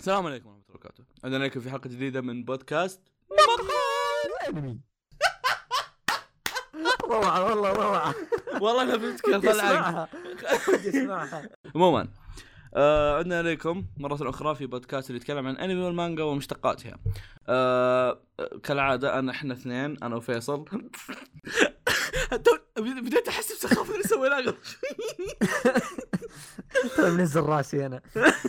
السلام عليكم ورحمة الله وبركاته. عندنا لكم في حلقة جديدة من بودكاست الانمي. روعة والله روعة. والله أنا فهمت كيف طلعت. اسمعها. عموما عندنا لكم مرة أخرى في بودكاست اللي يتكلم عن أنمي والمانجا ومشتقاتها. كالعادة احنا اثنين، أنا وفيصل. بديت أحس بسخافة اللي سويناه قبل ترى منزل راسي أنا.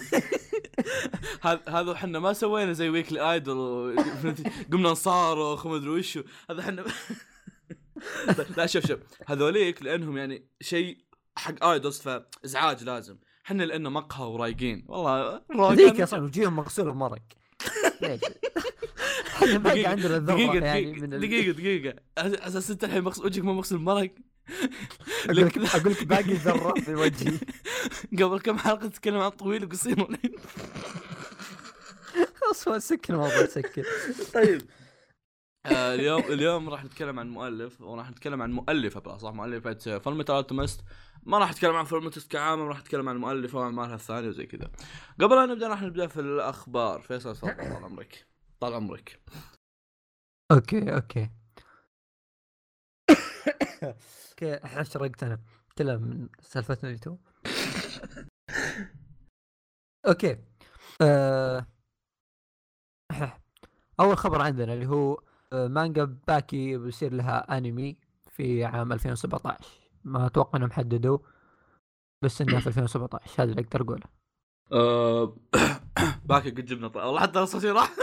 هذا حنا ما سوينا زي ويكلي ايدول قمنا نصارخ وما ادري وشو هذا حنا. لا شوف هذوليك لانهم يعني شيء حق ايدولز فازعاج لازم. حنا لانه مقهى ورايقين والله ذيك اصلا وجيهم مغسول بمرق. ليش احنا ما عندنا الذوق يعني من دقيقة اساس انت الحين وجهك ما مغسول بمرق. اقول لك باقي ذره في وجهي. قبل كم حلقة تتكلم عن طويل وقصير الحين. اصلا سكر موضوع سكر. طيب اليوم راح نتكلم عن مؤلف وراح نتكلم عن مؤلفة بقى صح، مؤلفة فيلم التمست. ما راح نتكلم عن فيلم كعامة، راح نتكلم عن المؤلفة وأعمالها الثانية وزي كذا. قبل أن نبدأ راح نبدأ في الأخبار. فيصل تفضل. طال عمرك. اوكي حشرقت انا كلام من سالفتنا اللي تو. اوكي اول خبر عندنا اللي هو مانجا باكي بيصير لها انمي في عام 2017. ما اتوقع انهم حددوا بس انها في 2017. هذا اللي اقدر اقوله. باكي قد جبنا والله حتى صوتي راح.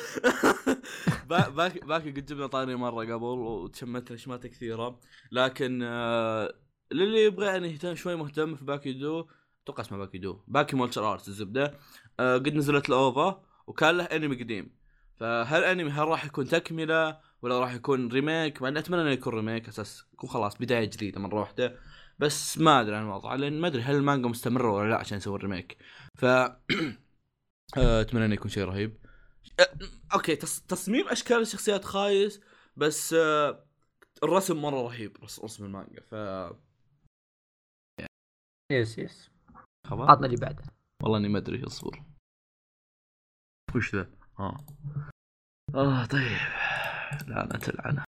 باكي قد جبنا طاري مرة قبل وتشمتنا شماتة كثيرة، لكن للي يبغى يعني يهتم شوي مهتم في باكي دو، اتوقع اسمه باكي مولتشر ارتس الزبدة. قد نزلت الأوفا وكان له انمي قديم. فهل انمي هل راح يكون تكملة ولا راح يكون ريميك؟ مع اتمنى انه يكون ريميك اساس يكون خلاص بداية جديدة مرة واحدة، بس ما ادري عن الوضع لان ما ادري هل المانجا مستمرة ولا لا عشان يسوي الريميك. ف اتمنى انه يكون شيء رهيب. اوكي تصميم اشكال الشخصيات خايس، بس الرسم مرة رهيب، رسم المانجا. ف يس خبر عطنا اللي بعده. والله اني ما ادري اصبر وش ذا. طيب لعنة.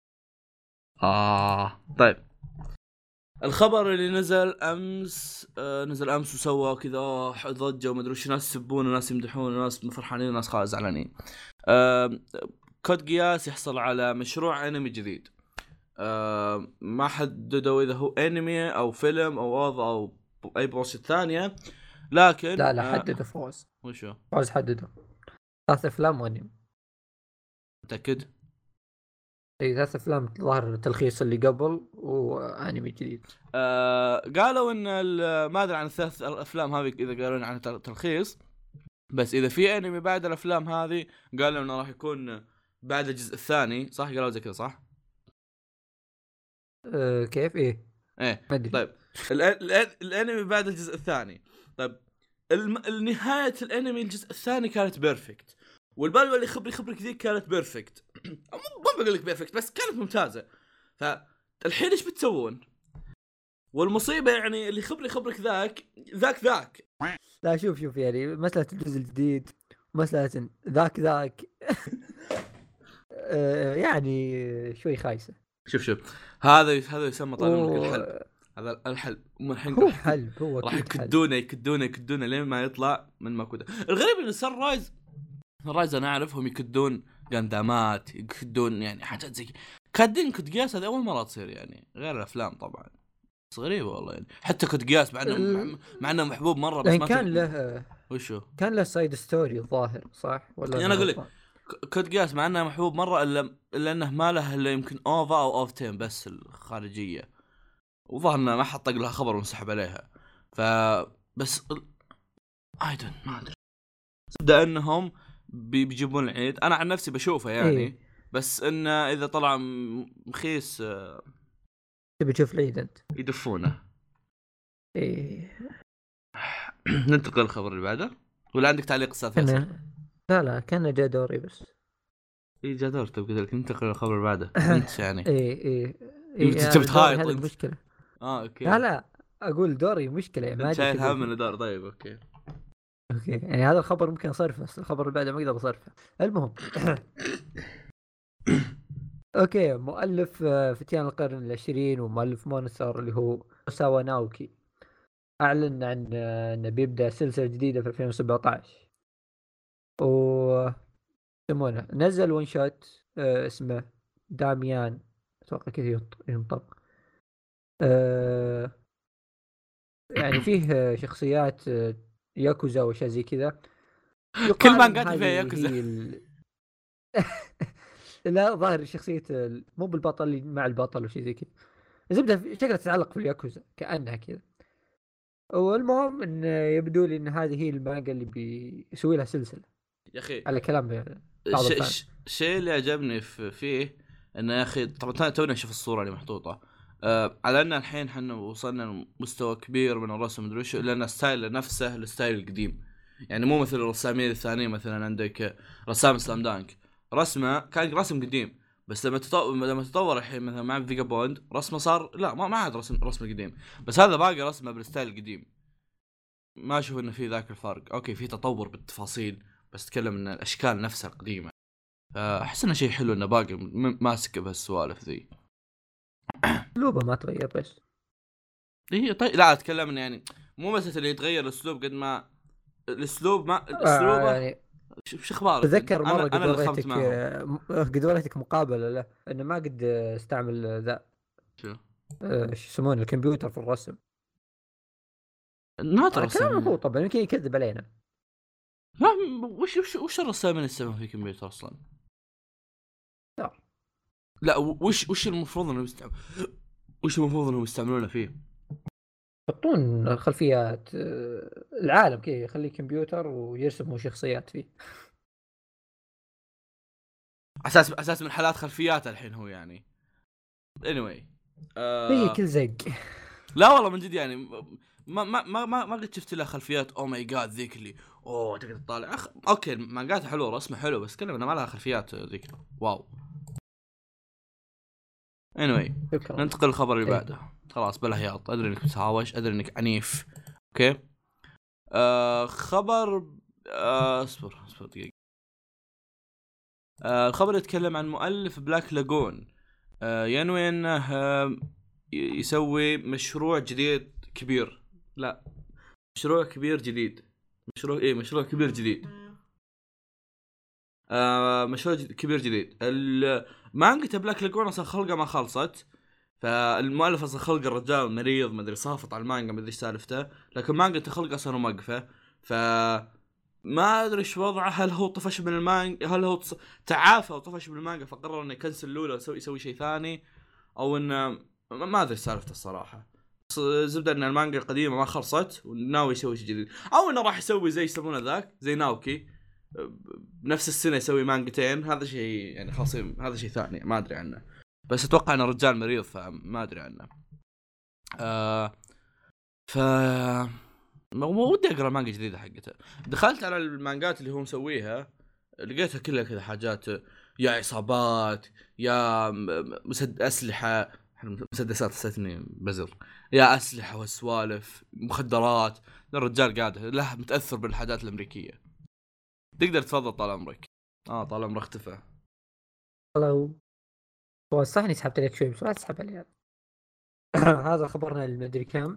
طيب الخبر اللي نزل امس وسوى كذا ضجه وما ادري وش، ناس يسبون وناس يمدحون وناس فرحانين وناس خالص زعلانين. كود قياس يحصل على مشروع انمي جديد. ما حددوا اذا هو انمي او فيلم او اوض او اي بروسيس ثانيه، لكن لا حددوا فوز. وشو فوز حددوا 3 أفلام وانمي. متاكد؟ اي 3 أفلام ظهر التلخيص اللي قبل وانمي جديد. قالوا ان ما ادري عن الثلاث الافلام هذه اذا قالوا عن تلخيص، بس اذا في انمي بعد الافلام هذه قالوا انه راح يكون بعد الجزء الثاني صح؟ قالوا زي كذا صح؟ كيف ايه طيب الانمي بعد الجزء الثاني. طيب النهاية الانمي الجزء الثاني كانت بيرفكت، والبلوى اللي خبرك ذيك كانت بيرفكت. مو بقول لك بيرفكت بس كانت ممتازة. فالحين ايش بتسوون؟ والمصيبة يعني اللي خبرك ذاك لا شوف يعني مسألة الجزء الجديد مسألة ذاك يعني شوي خايسة. شوف هذا يسمى طال الحلب. هذا الحلب من الحين هو حلب، هو راح يكدونه لين ما يطلع من ماكوده. الغريب ان سان رايز انا اعرفهم يكدون قندامات، يكدون يعني حاجات زي كادين كود قياس. هذه اول مره تصير يعني غير الافلام طبعا، بس غريبه والله يعني. حتى كود قياس مع انه محبوب مره، بس ما كان له وشو كان له سايد ستوري الظاهر صح ولا؟ انا اقول لك كود قياس مع انه محبوب مره الا انه ما له الا يمكن اوفا او اوفتين بس الخارجيه، وظهرنا ما حط لها خبر وانسحب عليها. بس ايدن ما ادري صدق انهم بيجيبون العيد. انا عن نفسي بشوفه يعني إيه؟ بس ان اذا طلع مخيس تبي تشوف العيد انت يدفونه. ايه ننتقل الخبر اللي بعده ولا عندك تعليق استاذ فيصل؟ لا كان جاء دوري بس جاء دور. تبي لك ننتقل الخبر اللي بعده انت يعني ايه تبي تهايط هذا انت. المشكله. اوكي لا اقول دوري مشكله ما شايل هم من دور. طيب اوكي اوكي يعني هذا الخبر ممكن اصرفه بس الخبر اللي بعده ما اقدر اصرفه. المهم اوكي مؤلف فتيان القرن العشرين ومؤلف مونستر اللي هو ساوا ناوكي اعلن عن انه بيبدا سلسله جديده في 2017 و يسمونه نزل ون شوت اسمه داميان اتوقع كذا ينطق آه، يعني فيه شخصيات ياكوزا واشياء زي كذا. كل يقال ما ان قاتل فيها هذه ياكوزا. هي لا ظاهر شخصية مو بالبطل اللي مع البطل وشي زي كذا. زبدة شكلها تتعلق في الياكوزا كأنها كذا. والمهم ان يبدو لي ان هذه هي المانجا اللي بيسوي لها سلسلة يا اخي على كلام بعض الفانز. الشيء اللي عجبني فيه انه يا اخي طبعا توني اشوف الصوره اللي محطوطه على ان الحين احنا وصلنا لمستوى كبير من الرسم مدري وش، لان الستايل نفسه الستايل القديم. يعني مو مثل الرسامين الثانيين، مثلا عندك رسام سلام دانك رسمه كان رسم قديم، بس لما تطور الحين مثلا مع فيجا بوند رسمه صار لا ما عاد رسم القديم، بس هذا باقي رسمه بالستايل القديم. ما اشوف انه في ذاك الفرق. اوكي في تطور بالتفاصيل، بس اتكلم ان الاشكال نفسها القديمه. احس انه شيء حلو انه باقي ماسك بهالسوالف ذي. اسلوبه ما تغير بس. هي طيب لا اتكلم انه يعني مو مسألة اللي يتغير الاسلوب قد ما الاسلوب ما اسلوبه. يعني شو اخبارك انت؟ تذكر مرة انا قد اللي خمت وريتك معهم. قد وريتك مقابلة له انه ما قد استعمل ذا شو شو يسمونه الكمبيوتر في الرسم. ناطر على كلامه رسامين. هو طبعا يمكن يكذب علينا. لا وش الرسامين يستعملون في الكمبيوتر اصلا؟ لا لا وش المفروض انهم وش المفروض انهم يستعملونه فيه؟ يحطون خلفيات العالم كذا يخليه كمبيوتر ويرسموا شخصيات فيه. اساس من حالات خلفيات الحين هو يعني. anyway هي كل زق. لا والله من جد يعني ما قد شفت لها خلفيات. او ماي جاد ذيك اللي اوه تقدر تطالع اوكي مانجاتها حلوه رسمه حلو، بس كلمه انها ما لها خلفيات ذيك. واو. anyway شكرا. ننتقل للخبر اللي اي بعده. خلاص بلا هياط، ادري انك متهاوش، ادري انك عنيف. اوكي خبر اصبر دقيقه. الخبر يتكلم عن مؤلف بلاك لاجون ينوي انه يسوي مشروع جديد كبير. لا مشروع كبير جديد. مشروع كبير جديد. مشروع كبير جديد. المانجا بلاك لاجون اصلا خلقه ما خلصت، فالمؤلف اصلا خلق الرجال مريض ما ادري صافط على المانجا ما ادري ايش سالفته، لكن مانجا تخلق اصلا موقفه. ف ما ادري ايش وضعه، هل هو طفش من المانجا، هل هو تعافى وطفش من المانجا فقرر انه يكنسل الاولى ويسوي شيء ثاني، او انه ما ادري سالفته الصراحه. زبده ان المانجا القديمه ما خلصت وناوي يسوي شيء جديد، او انه راح يسوي زي يسمونه ذاك زي ناوكي بنفس السنه يسوي مانجتين. هذا شيء يعني خاص، هذا شيء ثاني ما ادري عنه، بس اتوقع انه رجال مريض فما ادري عنه. ف ما ودي اقرا مانجا جديده حقته. دخلت على المانجات اللي هو مسويها لقيتها كلها كذا حاجات يا عصابات يا اسلحه. مسدسات حسيتني بزر. يا اسلحه وسوالف مخدرات. الرجال قاعد له متاثر بالحاجات الامريكيه. تقدر تفضل طال عمرك. طال عمرك اختفى. والله هو صح اني سحبت عليك شوي بس ما تسحب علي. هذا خبرنا المدري كم.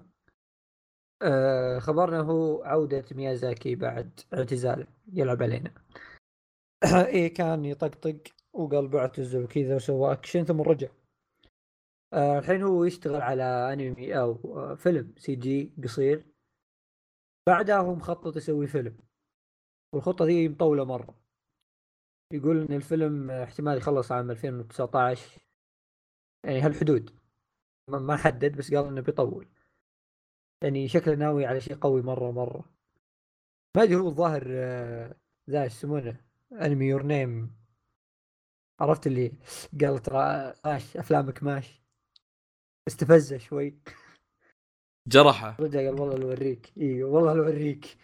خبرنا هو عودة ميازاكي بعد اعتزاله يلعب علينا. ايه كان يطقطق وقلبه اعتزل وكذا وسوى اكشن ثم رجع. الحين هو يشتغل على انمي او فيلم سي جي قصير. بعدها هو مخطط يسوي فيلم والخطة دي مطولة مرة. يقول ان الفيلم احتمال يخلص عام 2019 يعني هالحدود. ما حدد بس قال انه بيطول. يعني شكله ناوي على شيء قوي مرة. ما ادري هو الظاهر ذا ايش يسمونه انمي يور نيم. عرفت اللي قال ترى ماش افلامك ماش. استفزه شوي. جرحه. رجع قال والله لو اوريك اي والله لو اوريك.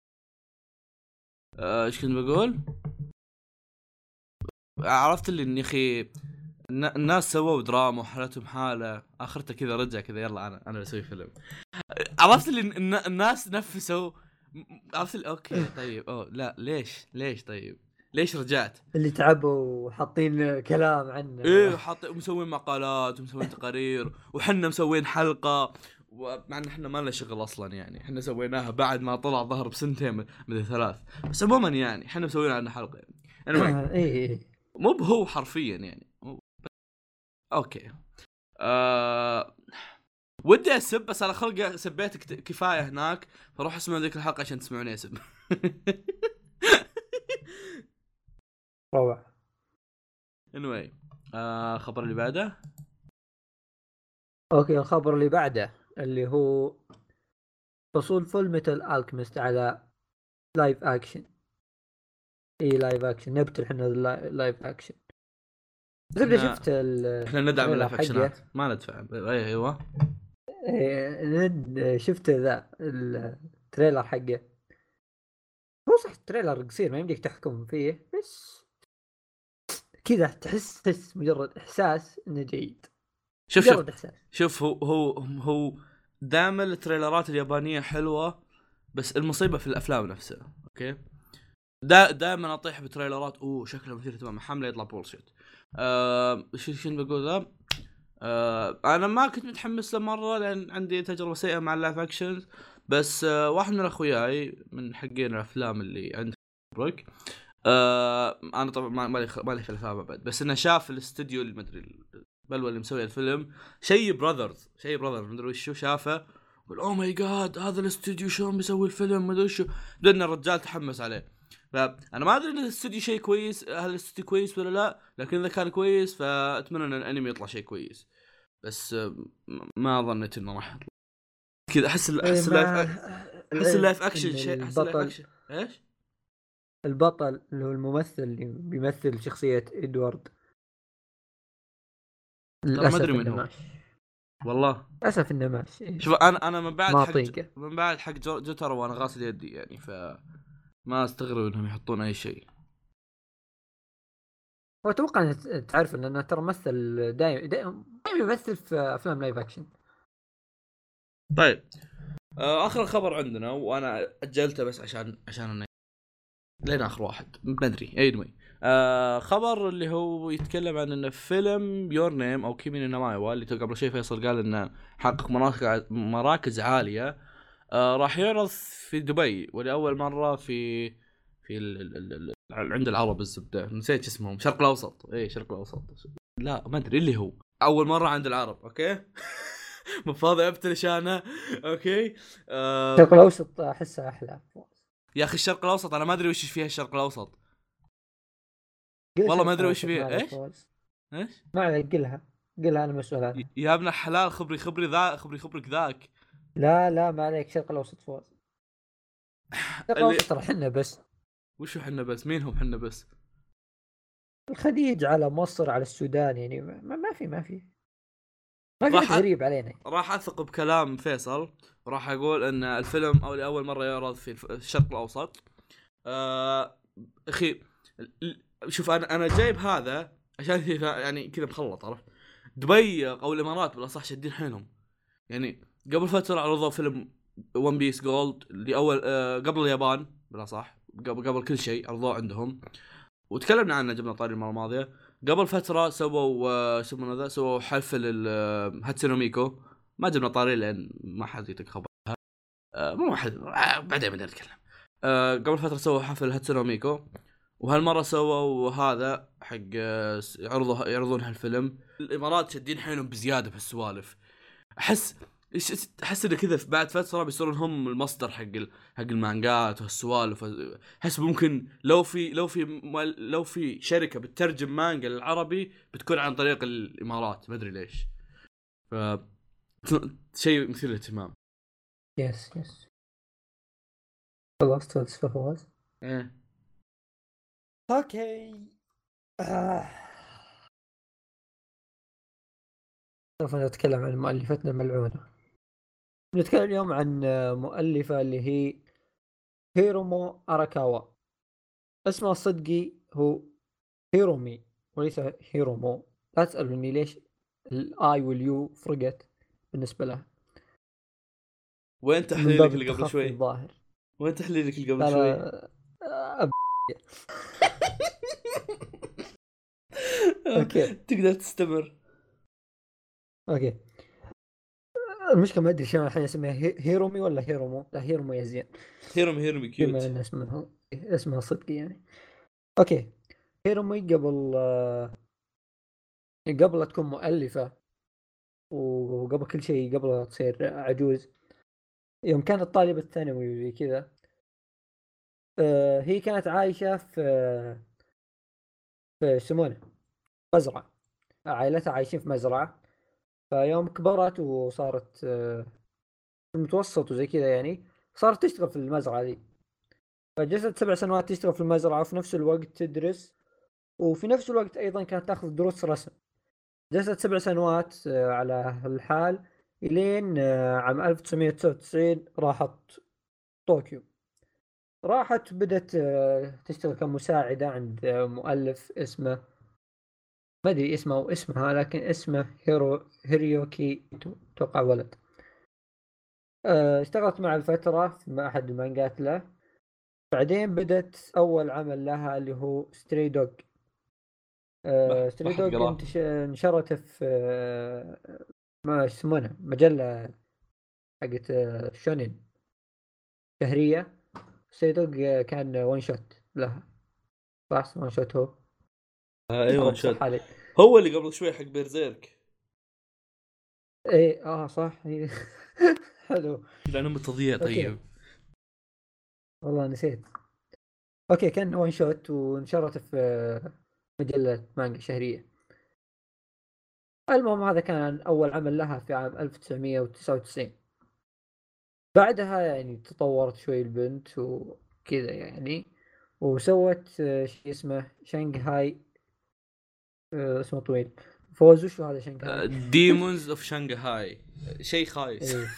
ايش كنت بقول؟ عرفت اللي يا اخي الناس سووا دراما وحالتهم حاله اخرته كذا رجع كذا يلا انا بسوي فيلم. عرفت اللي الناس نفسوا ارسل اوكي طيب لا ليش طيب ليش رجعت؟ اللي تعبوا وحاطين كلام عنه. ايه حاط مسوين مقالات ومسوين تقارير وحنا مسوين حلقه، ومع ان احنا ما لنا شغل اصلا يعني، احنا سويناها بعد ما طلع ظهر بسنتين من 3، بس عموما يعني احنا مسوين عنها حلقه يعني. anyway ايه مو هو حرفيا يعني اوكي. ودي اسب بس على خلق سبيت كفايه هناك، فروح اسمع ذيك الحلقه عشان تسمعوني اسب. روعة. anyway خبر اللي بعده. اوكي الخبر اللي بعده اللي هو حصول فول ميتال الكيميست على لايف اكشن. اي لايف اكشن، نبت احنا لايف اكشن. زبده شفت احنا ندعم التريلر الافكشنات حقه. ما ندفع. ايوه شفت ذا التريلر حقه. هو صح التريلر قصير ما يمديك تحكم فيه، بس كذا تحس مجرد احساس انه جيد. شوف احساس. شوف هو دائما التريلرات اليابانيه حلوه، بس المصيبه في الافلام نفسها. اوكي دائما اطيح بتريلرات شكله مثير اهتمام، حمله يطلع بولشيت. شنو بقول ذا. انا ما كنت متحمس له مره لان عندي تجربه سيئه مع اللايف اكشنز، بس واحد من اخوياي من حقين الافلام اللي عند بروك، انا طبعا مالي في الافلام ابد، بس انه شاف الاستوديو اللي ما ادري بلوى اللي مسوي الفيلم، شيء براذرز ما ادري وشو، شافه قال اوه ماي جاد هذا الاستوديو شلون بيسوي الفيلم ما ادري شو، لان الرجال تحمس عليه. فانا ما ادري ان الاستوديو شيء كويس، هل الاستوديو كويس ولا لا، لكن اذا كان كويس فاتمنى ان الانمي يطلع شيء كويس، بس ما ظنيت انه راح يطلع كذا. احس اللايف اكشن شيء، احس اللايف اكشن ايش البطل اللي هو الممثل اللي بيمثل شخصية ادوارد ترى ما ادري للاسف من انه هو ماشي. والله. للاسف انه ماشي. شوف انا من بعد ما حق طيقه. من بعد حق جوتر وانا غاسل يدي يعني، فما استغرب انهم يحطون اي شيء. واتوقع ان تعرف انه ترى مثل دائما يمثل في افلام لايف اكشن. طيب اخر خبر عندنا وانا اجلته بس عشان لين اخر واحد ما ادري anyway. خبر اللي هو يتكلم عن انه فيلم يور نيم او كيمي نو مايوا اللي قبل شيء فيصل قال انه حقق مراكز عاليه، راح يعرض في دبي ولاول مره عند العرب الزبده، نسيت اسمهم، شرق الاوسط. شرق الاوسط، لا ما ادري اللي هو اول مره عند العرب. اوكي مو فاضي ابتلش انا. اوكي الشرق الاوسط احسها احلى. يا اخي الشرق الاوسط انا ما ادري وش فيها الشرق الاوسط، والله ما ادري وش فيها. ايش ما عليك قلها انا مسؤول عنها. يا ابن الحلال، خبرك ذاك. لا ما عليك، الشرق الاوسط فوز. الشرق الاوسط ترى حنا بس. وشو حنا بس؟ مين هم حنا بس؟ الخليج على مصر على السودان يعني ما في تغريب علينا. راح اثق بكلام فيصل، راح اقول ان الفيلم او لاول مره يعرض في الشرق الاوسط. اخي شوف انا جايب هذا عشان يعني كذا مخلط، عرفت؟ دبي او الامارات بالاصح شادين حيلهم يعني. قبل فتره عرضوا فيلم ون بيس جولد اللي اول قبل اليابان بالاصح، قبل كل شيء عرضوه عندهم وتكلمنا عنه، جبنا طاري المره الماضيه. قبل فتره سووا حفل هاتسونو ميكو، ما جبنا طاري لان ما حد يتك خبرها. مو حد بعدين بدنا نتكلم. قبل فتره سووا حفل هاتسونو ميكو، وهالمره سووا هذا حق يعرضون هالفيلم. الامارات شادين حيلهم بزياده في السوالف. احس انه كذا بعد فتره بيصيرون هم المصدر حق المانجات والسوالف. احس ممكن لو في شركه بتترجم مانجا للعربي بتكون عن طريق الامارات، ما ادري ليش. ف شيء مثير للاهتمام. يس خلصت فواز. ايه اوكي. سوف نتكلم عن مؤلفتنا الملعونة. نتكلم اليوم عن مؤلفة اللي هي هيرومو أراكاوا. اسمها الصدقي هو هيرومي وليس هيرومو. لا تسألوني ليش الآي واليو فرقت بالنسبة لها، وين من تحليلك باب اللي قبل التخفي شوي؟ الظاهر. وين تحليلك اللي قبل لا شوي؟ لا اوكي تقدر تستمر. اوكي. المشكله ما ادري شلون الحين اسمها هيرومي ولا هيرومو. لا هيرومو يا زين، هيرمي بما كيوت. ان اسمها صدقي يعني. اوكي. هيرومي قبل لا تكون مؤلفة، وقبل كل شيء، قبل لا تصير عجوز، يوم كانت طالبة ثانوي وزي كذا، هي كانت عايشة في يسمونه مزرعة. عائلتها عايشين في مزرعة. فيوم كبرت وصارت في المتوسط وزي كذا يعني، صارت تشتغل في المزرعة دي. فجلست 7 سنوات تشتغل في المزرعة، وفي نفس الوقت تدرس، وفي نفس الوقت أيضا كانت تأخذ دروس رسم. جلست 7 سنوات على الحال، إلين عام 1999 راحت طوكيو. راحت بدأت تشتغل كمساعدة عند مؤلف اسمه، ما أدري اسمه أو اسمها، لكن اسمه هيريوكي توقع ولد. اشتغلت مع الفترة في أحد المانجات له. بعدين بدأت أول عمل لها اللي هو ستري دوغ. ستري ما حد دوغ قراه. انشرت في ما يسمونها مجلة حقت شونين شهرية. ستري دوغ كان ون شوت لها. صح ون شوت هو. يا ايوه رب صح شد. علي. هو اللي قبل شوي حق بيرزيرك. ايه صح حلو. لانه متضيع اوكي طيب. والله نسيت. اوكي كان ون شوت وانشرت في مجلة مانجا شهرية. المهم هذا كان أول عمل لها في عام 1999. بعدها يعني تطورت شوي البنت وكذا يعني، وسوت شيء اسمه شنغهاي. اسمه طويل. فوز وشو هذا شنغهاي؟ ديمونز اوف شنغهاي. شيء خايس. ايه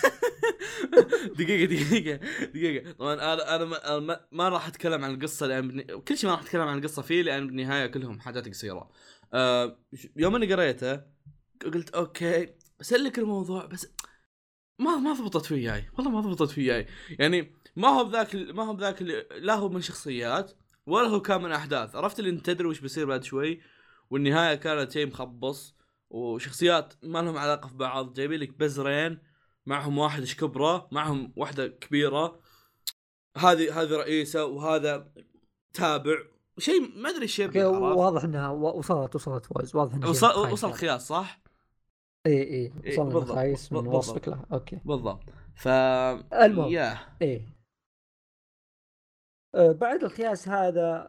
دقيقة. طبعا أنا ما راح اتكلم عن القصة، لان كل شيء ما راح اتكلم عن القصة فيه، لان بالنهاية كلهم حاجات قصيرة. يوم اني قريته قلت اوكي بسلك الموضوع، بس ما ضبطت وياي، والله ما ضبطت وياي. يعني ما هو بذاك لا هو من شخصيات ولا هو كان من احداث. عرفت اللي انت تدري وش بيصير بعد شوي، والنهايه كانت شيء مخبص، وشخصيات ما لهم علاقه في بعض. جايبين لك بزرين، معهم واحد ايش كبره، معهم واحده كبيره، هذه رئيسه وهذا تابع. شيء ما ادري ايش اوكي يبي. عرفت؟ واضح انها وصلت فوز، واضح انه شيء خايس وصل هذا. خياس صح. ايه إيه وصلنا انه بالضبط خايس من وصفك بالضبط له. اوكي بالضبط. ف المهم. ياه. ايه بعد القياس هذا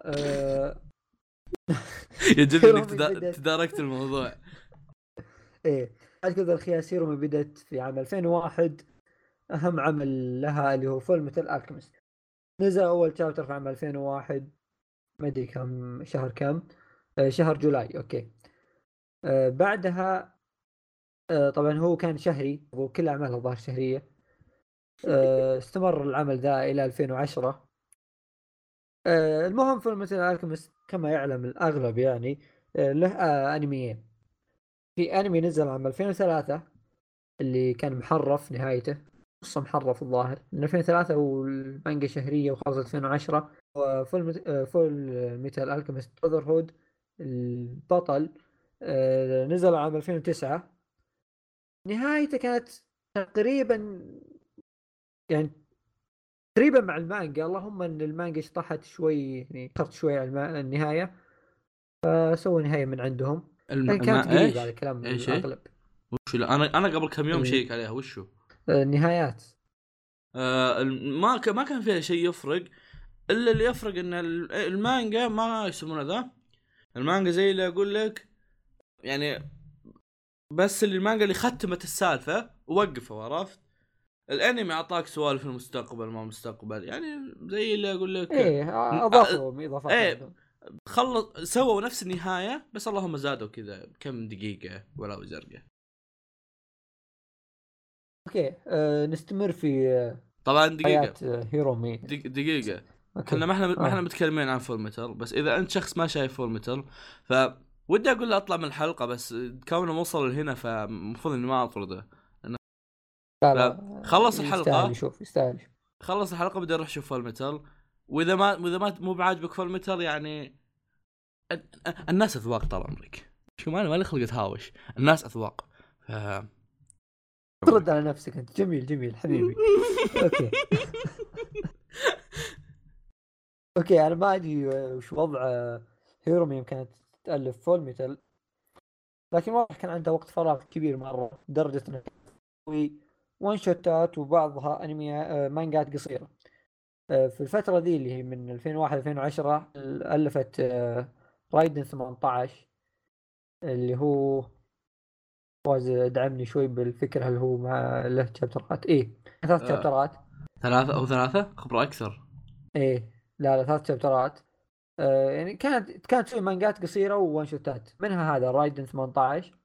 يعجبني انك هيرومي بدأت. تداركت الموضوع. ايه بعد كذا القياس هيرومي بدأت في عام 2001. أهم عمل لها اللي هو فول ميتال الكيمست. نزل أول شابتر في عام 2001. ما أدري كم شهر كم. شهر جولاي. أوكي. بعدها طبعا هو كان شهري وكل أعماله ظهر شهرية. استمر العمل ذا إلى 2010. المهم فول ميتال الكيمست كما يعلم الأغلب يعني له أنميين. في أنمي نزل عام 2003 اللي كان محرف نهايته، قصة محرف الظاهر من 2003، والمانجا شهرية وخلصت 2010. فول ميتال الكيمست براذر هود البطل نزل عام 2009. نهايته كانت تقريبا يعني تقريبا مع المانجا، اللهم ان المانجا شطحت شوي يعني، اخرت شوي على النهاية، فسووا نهاية من عندهم. لكن كانت قريبة على ايش كلام ايش ايه الأغلب. وش؟ لا انا قبل كم يوم ال- شيك عليها. وشو؟ النهايات. ما كان فيها شيء يفرق، الا اللي يفرق ان المانجا ما يسمونه ذا. المانجا زي اللي اقول لك يعني، بس اللي المانجا اللي ختمت السالفه ووقفوا. عرفت؟ الانمي اعطاك سوالف المستقبل ما مستقبل، يعني زي اللي اقول لك. ايه ن- اضافوا اضافات ايه عندهم. خلص سووا نفس النهايه، بس اللهم زادوا كذا كم دقيقه ولا زرقه. اوكي نستمر في طبعا حياة دقيقه. هيرومي. دقيقة. احنا اوكي ما احنا متكلمين عن فول ميتال، بس اذا انت شخص ما شايف فول ميتال ودي اقول له اطلع من الحلقة، بس كونه وصل لهنا فالمفروض اني ما اطرده. لا لا فخلص يستاهل الحلقة. يشوف يستاهل. خلص الحلقه بدي اروح اشوف فول ميتال. واذا ما مو بعاجبك فول ميتال يعني الناس اذواق طال عمرك. شو ما لي خلق اتهاوش، الناس اذواق. ترد على نفسك انت. جميل جميل حبيبي. اوكي اوكي انا ما ادري وش وضع هيرومي كانت تالف فول ميتال، لكن واضح كان عنده وقت فراغ كبير مره لدرجه انه يسوي وان شوتات وبعضها انمي مانجات قصيره. في الفتره ذي اللي هي من 2001 2010 الفت رايدن 18 اللي هو فواز دعمني شوي بالفكره. هل هو مع له شابترات؟ ايه 3 شابترات. 3 خبره اكثر. ايه لا لا 3 شابترات. يعني كانت تسوي مانجات قصيره وون شوتات، منها هذا رايدن 18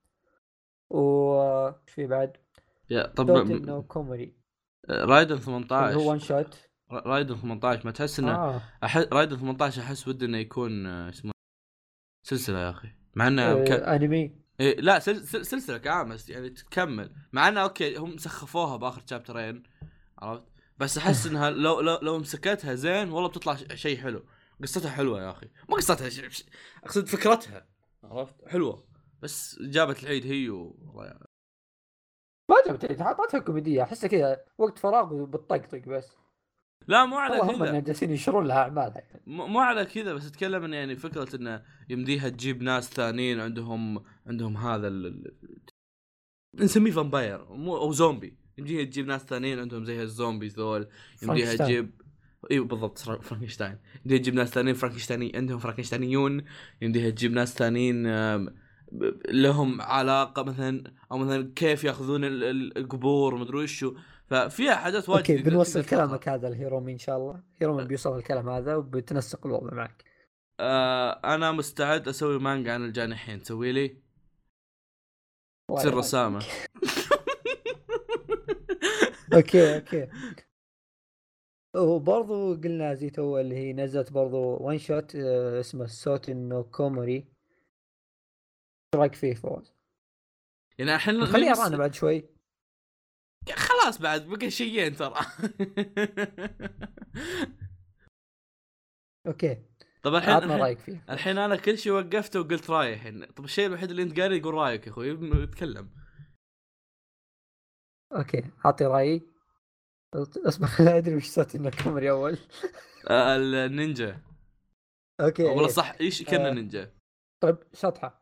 وش في بعد يا طب توتن نو كومري رايدن اللي هو 18. وان شوت. رايدن 18 ما تحس انه رايدن 18 احس ودي انه يكون اسمه سلسله يا اخي، مع انه انمي. إيه لا سلسله كامل يعني تكمل، مع انه اوكي هم سخفوها باخر شابترين عرفت، بس احس انها لو مسكتها زين والله بتطلع شيء حلو. قصتها حلوه يا اخي، مو قصتها اقصد فكرتها عرفت حلوه، بس جابت العيد هي والله يعني. ما جبت حطتها كوميديه، احسها كذا وقت فراغ بتطقطق بس. لا مو على اللهم كذا، انهم جالسين ينشرون لها اعمالها. مو على كذا، بس اتكلم ان يعني فكره انه يمديها تجيب ناس ثانيين عندهم هذا نسميه فامباير مو او زومبي، يمديها تجيب ناس ثانيين عندهم زي الزومبيز ذول، يمديها تجيب ايوه بالضبط فرانكشتاين، يمديها تجيب ناس ثانيين فرانكشتايني عندهم فرانكشتاينيون، يمديها تجيب ناس ثانيين لهم علاقه مثلا، او مثلا كيف ياخذون القبور ومدري وشو، ففيها حاجات واجد. اوكي بنوصل كلامك هذا الهيرومي ان شاء الله. هيرومي بيوصل الكلام هذا وبتنسق الوضع معك. انا مستعد اسوي مانجا عن الجانحين، تسوي لي تصير رسامه. اوكي اوكي. وبرضو قلنا زي تو اللي هي نزلت برضو وان شوت اسمه سوتن نو كوموري. ايش رايك فيه فوز؟ يعني الحين خليه يرانا بعد شوي. خلاص بعد بقى شيئين ترى. اوكي طب عطنا رايك فيه. الحين انا كل شيء وقفته وقلت رايي الحين. طب الشيء الوحيد اللي انت قاري يقول رايك يا اخوي، اتكلم. اوكي اعطي رايي. اصبر لا ادري وش سوتن نو كوموري اول. النينجا. اوكي والله إيه. صح ايش كنا نينجا. طيب شطحه.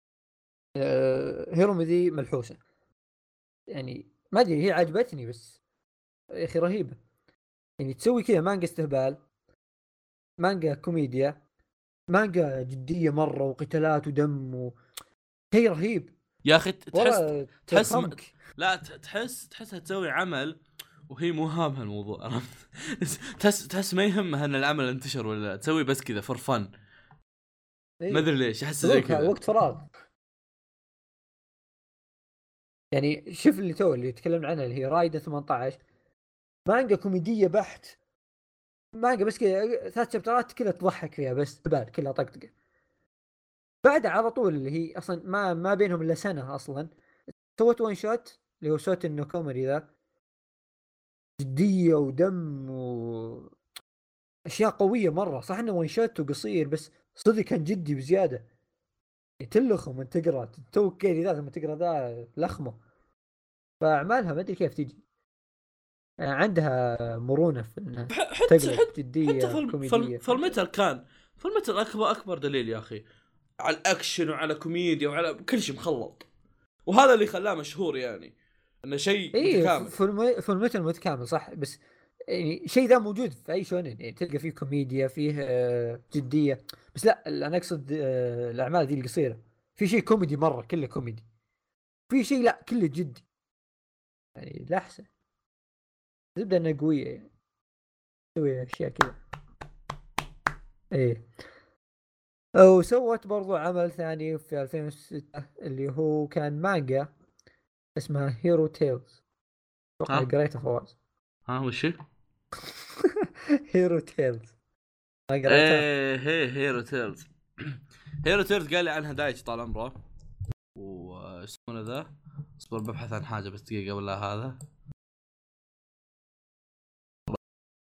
هيرومي ذي ملحوسه، يعني ما ادري هي عجبتني بس يا اخي رهيبه. يعني تسوي كذا مانجا استهبال، مانجا كوميديا، مانجا جديه مره وقتالات ودم شيء رهيب يا اخي والله تفهمك. لا تحسها تسوي عمل وهي مو هامها الموضوع، عرفت؟ تحس ما يهمها ان العمل انتشر ولا لا، تسوي بس كذا فور فن. ما ادري ليش احس زي كذا وقت فراغ. يعني شوف اللي تكلمنا عنها اللي هي رايدة 18، مانجا كوميدية بحت، مانجا بس كذا 3 شابترات كذا تضحك فيها بس بال كلها طقطقة. بعدها على طول اللي هي اصلا ما بينهم الا سنة اصلا سوت وان شوت اللي هو صوت انه كوميدي ذا، جدية ودم اشياء قوية مرة. صح انه وان شوت وقصير بس صدق كان جدي بزيادة، تلخم من تقرا تو كذي ذا لما تقرا ذا لخمه. فاعمالها ما ادري كيف تجي عندها مرونه في انها تقلب جديه كوميديه. فالمتر كان فالمتر اكبر دليل يا اخي على الاكشن وعلى كوميديا وعلى كل شيء مخلط، وهذا اللي خلاه مشهور يعني انه شيء متكامل. فيلم متكامل صح، بس يعني شيء ذا موجود في اي شونن، يعني تلقى فيه كوميديا فيه جديه. بس لا انا اقصد الاعمال ذي القصيره في شيء كوميدي مره كله كوميدي، في شيء لا كله جدي، يعني لا احسن تبدا انها قويه يعني تسوي اشياء كذا. ايه وسوت برضو عمل ثاني في 2006 اللي هو كان مانجا اسمها هيرو تيلز. اتوقع ها قريته فواز. وش هيرو تيلز ما قريتها؟ ايه هيرو تيرز. هيرو تيرز قال لي عنها دايتش طال عمره، واسمه ذا اصبر ببحث عن حاجه بس دقيقه ولا هذا.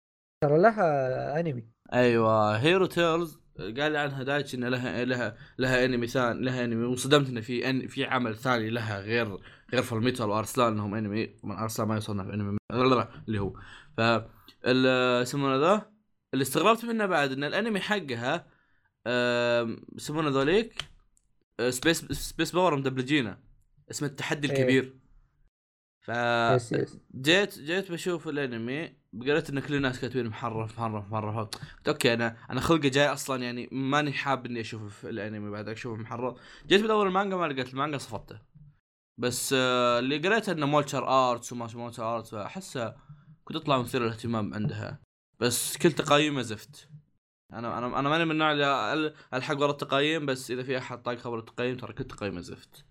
ترى لها انمي. ايوه هيرو تيرز قال لي عنها دايتش ان لها انمي ثاني، لها انمي، وصدمت ان في عمل ثاني لها غير فول ميتال وارسلان، انهم انمي من ارسلان ما يصنف انمي اللي هو ف يسمونه ذا. اللي استغربت منه بعد ان الانمي حقها يسمونه ذوليك سبيس باور مدبلجينه، اسمه التحدي ايه الكبير. ف يس يس. جيت بشوف الانمي، قريت ان كل الناس كاتبين محرف. قلت اوكي، انا خلقي جاي اصلا، يعني ماني حاب اني اشوف في الانمي بعد اشوفه محرف. جيت بدور المانجا ما لقيت المانجا، صفطته. بس اللي قريته انه مولتشر ارتس وما مولتشر ارتس، احسه كنت اطلع مثير الاهتمام عندها، بس كل تقييمه زفت. انا ماني من النوع اللي الحق ورا التقييم، بس اذا في احد طاق خبر التقييم ترى كل تقييمه زفت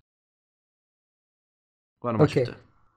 وانا ما اوكي شفته.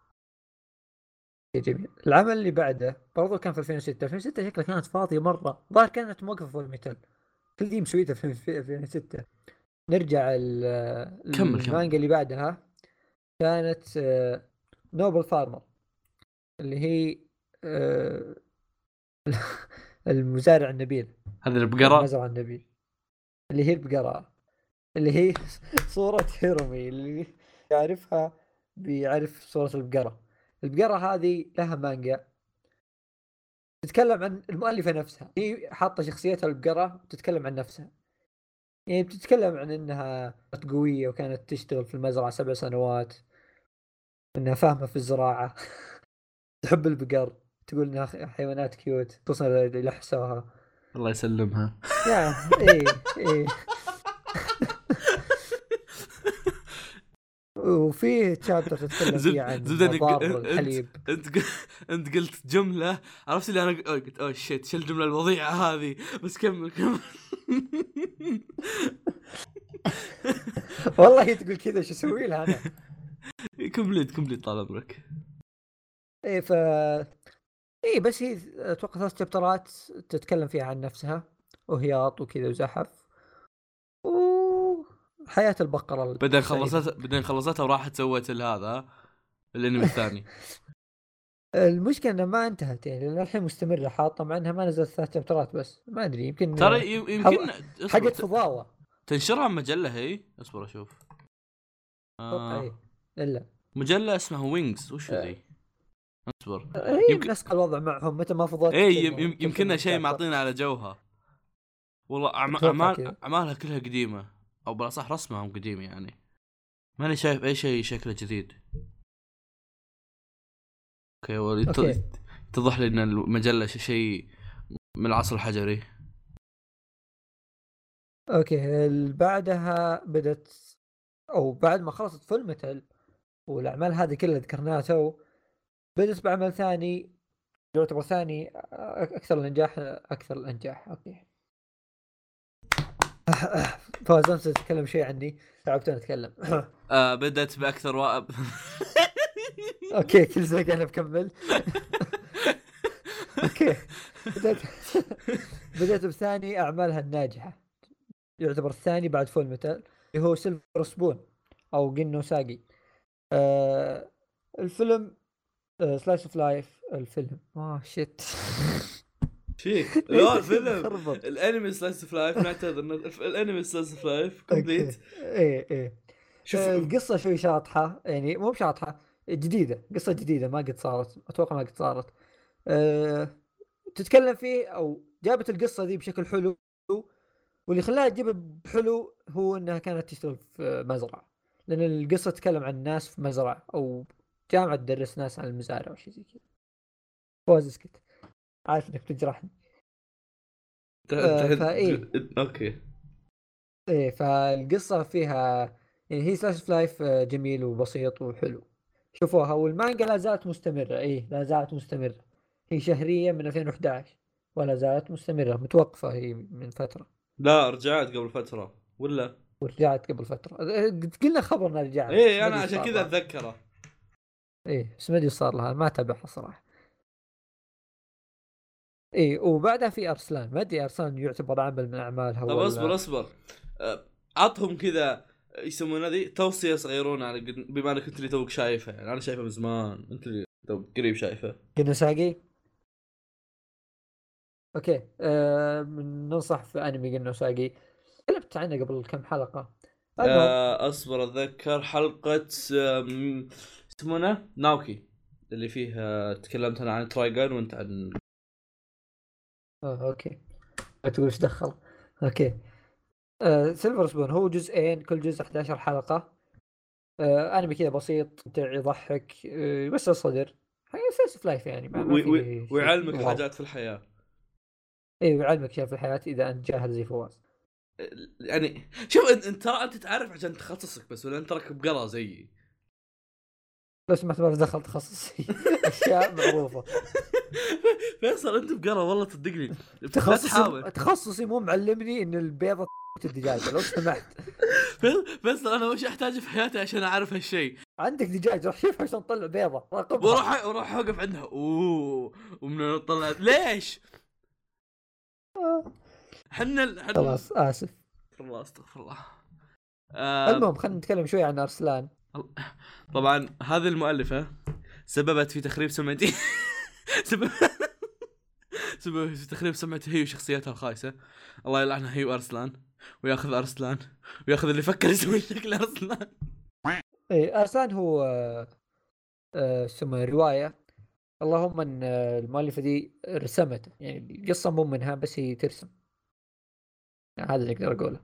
جميل. العمل اللي بعده برضو كان في 2006. 2006 شكلها كانت فاضيه مره، ظاهر كانت موقفه في الميتال، كل دي مسويته في 2006. نرجع كمل. المانجا اللي بعدها، كانت نوبل فارمر، اللي هي آه، المزارع النبيل هذه او البقرة. المزرعه النبيل، اللي هي البقره، اللي هي صورة هيرومي، اللي يعرفها بيعرف صورة البقرة. البقرة هذه لها مانجا تتكلم عن المؤلفة نفسها، هي حاطة شخصيتها البقرة تتكلم عن نفسها، يعني بتتكلم عن انها كانت قوية وكانت تشتغل في المزرعة 7 سنوات، انها فاهمة في الزراعة تحب البقر، تقول انها حيوانات كيوت توصل الى حساها. الله يسلمها. يا ايه ايه. وفي تشابتر تتكلم فيه عن زبدة مضار الحليب. انت قلت جملة، عرفت اللي انا قلت اوه شيت، شو الجملة الوضيعة هذه؟ بس كمل. والله تقول كذا شو اسوي لها انا. كملت طال عمرك. ايه ايه بس هي اتوقع 3 شابترات تتكلم فيها عن نفسها، وهياط وكذا وزحف وحياة البقرة السعيدة. بعدين خلصتها وراحت سوت هذا الانمي الثاني. المشكلة انها ما انتهت، يعني لأن الحين مستمرة حاطة، مع انها ما نزلت 3 شابترات، بس ما ادري يمكن ترى يمكن اصبر حقت فضاوة. تنشرها مجلة هي، اصبر اشوف. اتوقع ايه. الا مجلة اسمها وينجز، وش ذي؟ اصبر. هي يمكن منسقة الوضع معهم، متى ما فضت ايه تنزل كل يمكننا كم شيء شابتر. معطينا على جوها. والله اتوقع كذا. اعمالها كلها قديمه، او بلا صح رسمهم قديم يعني. ماني شايف اي شيء شكله جديد. اوكي اوكي يتضح لي ان المجله شيء من العصر الحجري. اوكي. بعدها بدت، او بعد ما خلصت فول ميتال والاعمال هذه كلها ذكرناها تو، بدت بعمل ثاني يعتبر ثاني اكثر الانجاح. اوكي. فواز امس تتكلم شيء عني، تعبت اتكلم. بدأت باكثر اوكي كل زي انا بكمل. اوكي. بدأت بدأت بثاني اعمالها الناجحة، يعتبر الثاني بعد فول ميتال، اللي هو سيلفر سبون او جينو ساجي. الفيلم سلايس اوف لايف. الفيلم شيت. فيك ليش لا تصير الفيلم مخربط؟ الانمي سلايس اوف لايف، نعتذر الانمي سلايس اوف لايف اوكي كومبليت. ايه. شوف القصة شوي شاطحة، يعني مو بشاطحة، جديدة، قصة جديدة ما قد صارت، اتوقع ما قد صارت. أه تتكلم فيه او جابت القصة ذي بشكل حلو، واللي خلاها تجيب بحلو هو انها كانت تشتغل في مزرعة، لان القصة تتكلم عن ناس في مزرعة او جامعة تدرس ناس عن المزارع او شيء زي كذا. فوز اسكت، عارف انك تجرحني. فايه اوكي. ايه فالقصة فيها، يعني هي سلاش لايف جميل وبسيط وحلو، شوفوها. والمانجا لا زالت مستمرة، ايه لا زالت مستمرة، هي شهرية من 2011 ولا زالت مستمرة، متوقفة هي من فترة لا رجعت قبل فتره ولا؟ ورجعت قبل فترة. قلنا خبر انها رجعت بس ايه ما انا ادري ايش عشان صار كذا لها. اتذكره. ايه بس ما ادري ايش صار لها، ما اتابعها صراحة. ايه وبعدها في ارسلان، ما ادري ارسلان يعتبر عمل من اعمالها طب ولا. اصبر. عطهم كذا يسمون هذه توصيه صغيرون على بما انك انت اللي توك شايفها، يعني انا شايفها من زمان، انت اللي توك قريب شايفه. جنساقي. اوكي ننصح في انمي قلنا ساقي، تكلمت عنه قبل كم حلقة. المهم اصبر اتذكر حلقة يسمونه ناوكي، اللي فيه تكلمت انا عن ترايجر وانت عن اوكي تقول ايش دخل. اوكي سيلفر سبون هو جزئين، كل جزء 11 حلقة. انمي كذا بسيط ممتع يضحك، بس الصدر حاجة سلسلة لايف يعني ما في شيء ويعلمك واو. حاجات في الحياة. ايوه يعلمك اشياء في الحياة اذا انت جاهل زي فواز. يعني شوف انت ترى انت تعرف عشان تخصصك بس، ولا انت راكب قرا زيي. بس ما تبغى دخل تخصصي اشياء معروفة. فيصل انت بقرا والله صدقني. لا تخصصي تحاول. تخصصي مو معلمني ان البيضة الدجاجة لو سمحت. فيصل انا وش احتاجه في حياتي عشان اعرف هالشيء؟ عندك دجاج روح شوف عشان تطلع بيضة راقبها. وروح اوقف عندها ومن طلعت ليش؟ حنا خلاص اسف. استغفر الله استغفر الله. المهم خلينا نتكلم شوي عن ارسلان. طبعا هذه المؤلفة سببت في تخريب سمعتي. سبب سبب في تخريب سمعتي هي وشخصيتها الخايسة. الله يلعنها هي وارسلان، وياخذ ارسلان وياخذ اللي فكر يسوي شكل ارسلان. ايه ارسلان هو اسمه رواية. اللهم ان المؤلفة دي رسمت يعني القصة مو منها بس هي ترسم، يعني هذا اللي اقدر اقوله.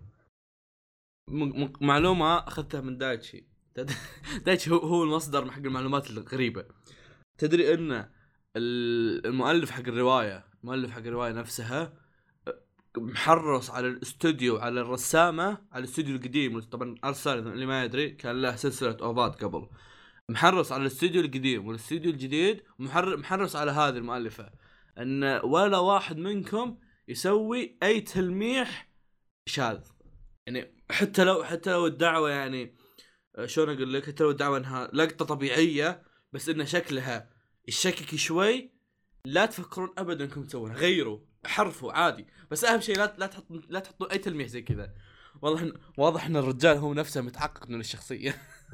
معلومة اخذتها من دايتشي. دايتشي هو المصدر حق المعلومات الغريبة. تدري ان المؤلف حق الرواية، المؤلف حق الرواية نفسها محرص على الاستوديو، على الرسامة، على الاستوديو القديم. طبعا ارسل اللي ما يدري كان له سلسلة اوفات قبل. محرص على الاستوديو القديم والاستوديو الجديد، محرص على هذه المؤلفة ان ولا واحد منكم يسوي اي تلميح شاذ. يعني حتى لو الدعوة يعني شلون اقول لك، حتى لو الدعوة انها لقطة طبيعية بس ان شكلها يشكك شوي، لا تفكرون ابدا انكم تسوونها، غيروا حرفوا عادي. بس اهم شيء لا تحطوا اي تلميح زي كذا. واضح ان الرجال هو نفسه متعقد من الشخصيه.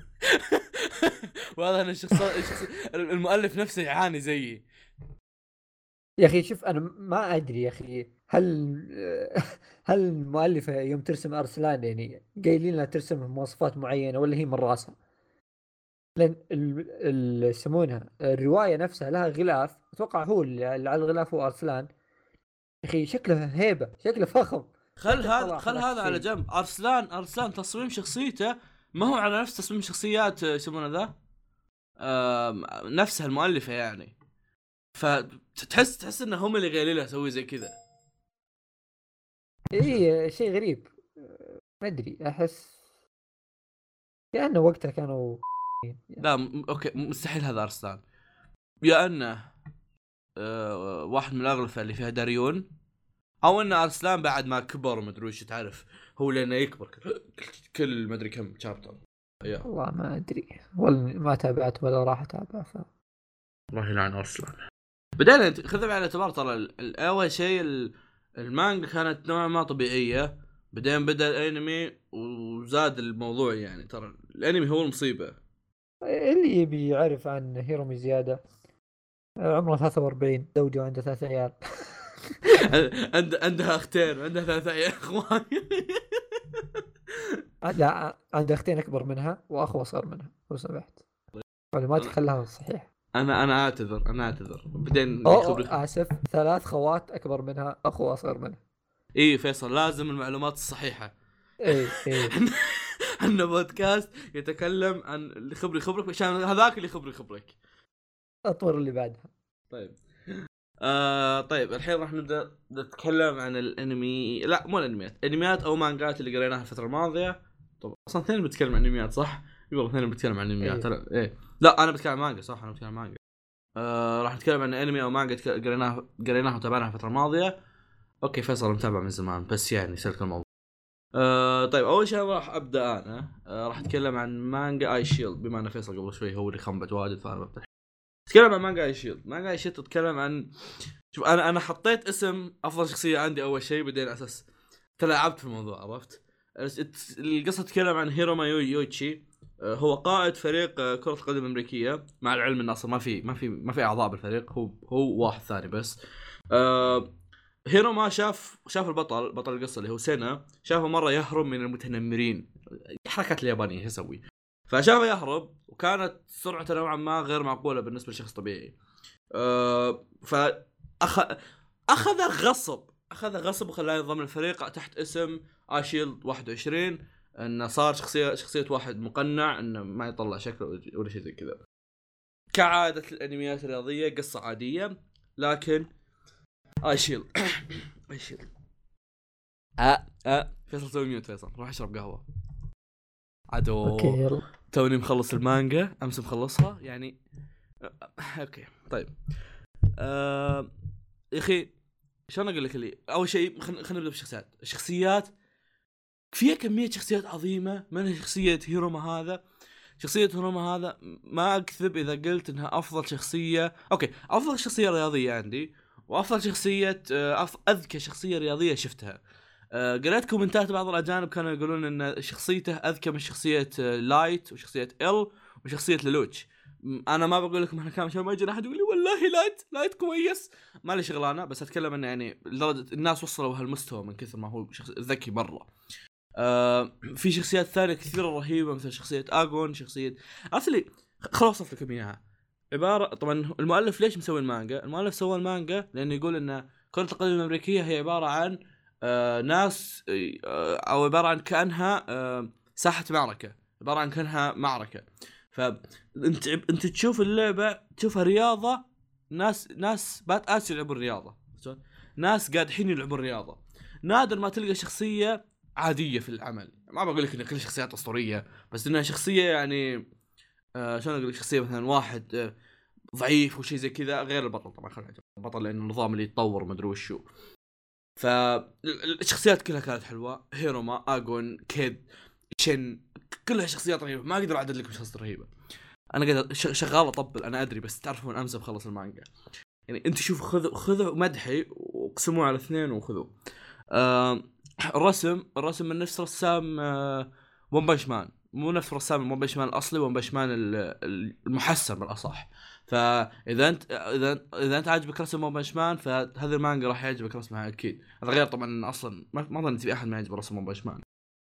واضح ان المؤلف نفسه يعاني زيي. يا اخي شوف انا ما ادري يا اخي هل المؤلفة يوم ترسم ارسلان يعني قايلين لها ترسم مواصفات معينة ولا هي من راسها؟ لان يسمونها الرواية نفسها لها غلاف، اتوقع هو اللي على الغلاف هو ارسلان. يا اخي شكله هيبة، شكله فخم. كيف طلع خل هذاك هذا على الشيء؟ جنب. ارسلان تصميم شخصيته ما هو على نفس تصميم شخصيات يسمونه ذا نفسها المؤلفة يعني. فتحس ان هم اللي قايلين له اسوي زي كذا. ايه شيء غريب. ما ادري احس كأنه وقتها كانوا لا اوكي مستحيل هذا ارسلان. يا انه واحد من الاغلفه اللي فيها داريون، او ان ارسلان بعد ما كبر ما ادري وش تعرف، هو لانه يكبر كل ما ادري كم شابتر. والله ما ادري ولا ما تابعت ولا راح اتابع الله يلعن ارسلان. بدأنا خذ بعين الاعتبار ترى اول شيء المانجا كانت نوعا ما طبيعيه، بعدين بدأ الانمي وزاد الموضوع. يعني ترى الانمي هو المصيبه. اللي يبي يعرف عن هيرومي زيادة عمره 43 زوجة وعنده 3 عيال. عندها اختين وعندها 3 اخوان. لا عنده اختين اكبر منها واخو اصغر منها لو سمحت، ولا ما تخلها صحيح. انا اعتذر بعدين أوه اسف 3 خوات اكبر منها اخو اصغر منها. ايه فيصل لازم المعلومات الصحيحه. ايه احنا بودكاست يتكلم عن اللي خبرك عشان هذاك اللي خبرك. اطور اللي بعدها. طيب طيب الحين راح نبدا نتكلم عن الانمي، لا مو الانميات، انميات او مانجات اللي قريناها الفتره الماضيه. طب اصلا اثنين بتكلم عن انميات صح؟ يقول اثنين بتكلم عن انميات. ايه لا انا بتكلم عن مانجا صح، انا بتكلم عن مانجا. راح نتكلم عن انمي او مانجا قريناها وتابعناها الفتره الماضيه. اوكي فيصل متابع من زمان بس يعني سلك الموضوع. طيب اول شيء راح ابدا انا راح اتكلم عن مانجا اي شيلد، بما ان فيصل قبل شوي هو اللي خنبت واجد فانا بفتح اتكلم عن مانجا اي شيلد. مانجا اي شيلد تتكلم عن، شوف انا حطيت اسم افضل شخصيه عندي اول شيء، بعدين اساس تلاعبت في الموضوع عرفت. القصه تتكلم عن هيروما يويتشي. هو قائد فريق كره قدم امريكيه، مع العلم انه اصلا ما في اعضاء بالفريق، هو واحد ثاني بس. هيرو ما شاف بطل القصه اللي هو سينا، شافه مره يهرب من المتنمرين، حركات اليابانيه يسوي، فشافه يهرب وكانت سرعته نوعا ما غير معقوله بالنسبه لشخص طبيعي. اخذ غصب وخلاه ينضم للفريق تحت اسم اشيلد 21، انه صار شخصيه واحد مقنع انه ما يطلع شكله ولا شيء زي كذا. كعاده الانميات الرياضيه قصه عاديه، لكن اشيلد اشيلد فيصل سوي ميوت. فيصل راح اشرب قهوه عدو. اوكي يلا. توني مخلص المانجا امس مخلصها يعني. اوكي طيب. يا اخي شلون اقول لك اللي اول شيء خلينا نبدا بالشخصيات. الشخصيات فيها كميه شخصيات عظيمه، من شخصيه هيروما هذا. شخصيه هيروما هذا ما اكذب اذا قلت انها افضل شخصيه. اوكي افضل شخصيه رياضيه عندي، وافضل شخصيه اذكى شخصيه رياضيه شفتها. قرأت كومنتات بعض الاجانب كانوا يقولون ان شخصيته اذكى من شخصيه لايت وشخصيه ال وشخصيه لولوتش. انا ما بقول لكم احنا كان عشان ما يجي احد يقول لي والله لايت كويس، ما لي شغلانه، بس اتكلم انه يعني لدرجه الناس وصلوا هالمستوى من كثر ما هو شخص ذكي مره. في شخصيات ثانيه كثيره رهيبه مثل شخصيه اغون، شخصيه اصلي خلاص اوصف لكم اياها. عباره طبعا المؤلف ليش مسوي المانجا؟ المؤلف سوى المانجا لانه يقول ان كرة القدم الامريكيه هي عباره عن ناس او عباره عن كانها ساحه معركه، عباره عن كانها معركه. فانت تشوف اللعبه تشوفها رياضه، ناس بات اسي يلعبون الرياضه، ناس قادحين يلعبون الرياضه. نادر ما تلقى شخصيه عاديه في العمل. ما بقول لك ان كل شخصيات اسطوريه، بس انها شخصيه يعني شلون اقول لك، شخصيه مثلا واحد ضعيف وشيء زي كذا، غير البطل طبعا. خلينا البطل لانه النظام اللي يتطور ما ادري وشو. فالشخصيات كلها كانت حلوه. هيروما، اغون، كيد، شن، كلها شخصيات رهيبه. ما اقدر اعدد لكم شخصيات رهيبه. انا قاعد شغال اطبل انا ادري، بس تعرفون امس بخلص المانجا يعني. انت شوف خذوا مدحي وقسموه على 2 وخذوا. الرسم من نفس رسام ون بانش مان، مو نفس رسام ون بانش مان الاصلي، ون بانش مان المحسن بالاصح. فاذا انت عاجبك رسم ون بانش مان، فهذا المانجا راح يعجبك رسمها اكيد. هذا غير طبعا اصلا ما ظنيت في احد ما يعجب رسم ون بانش مان.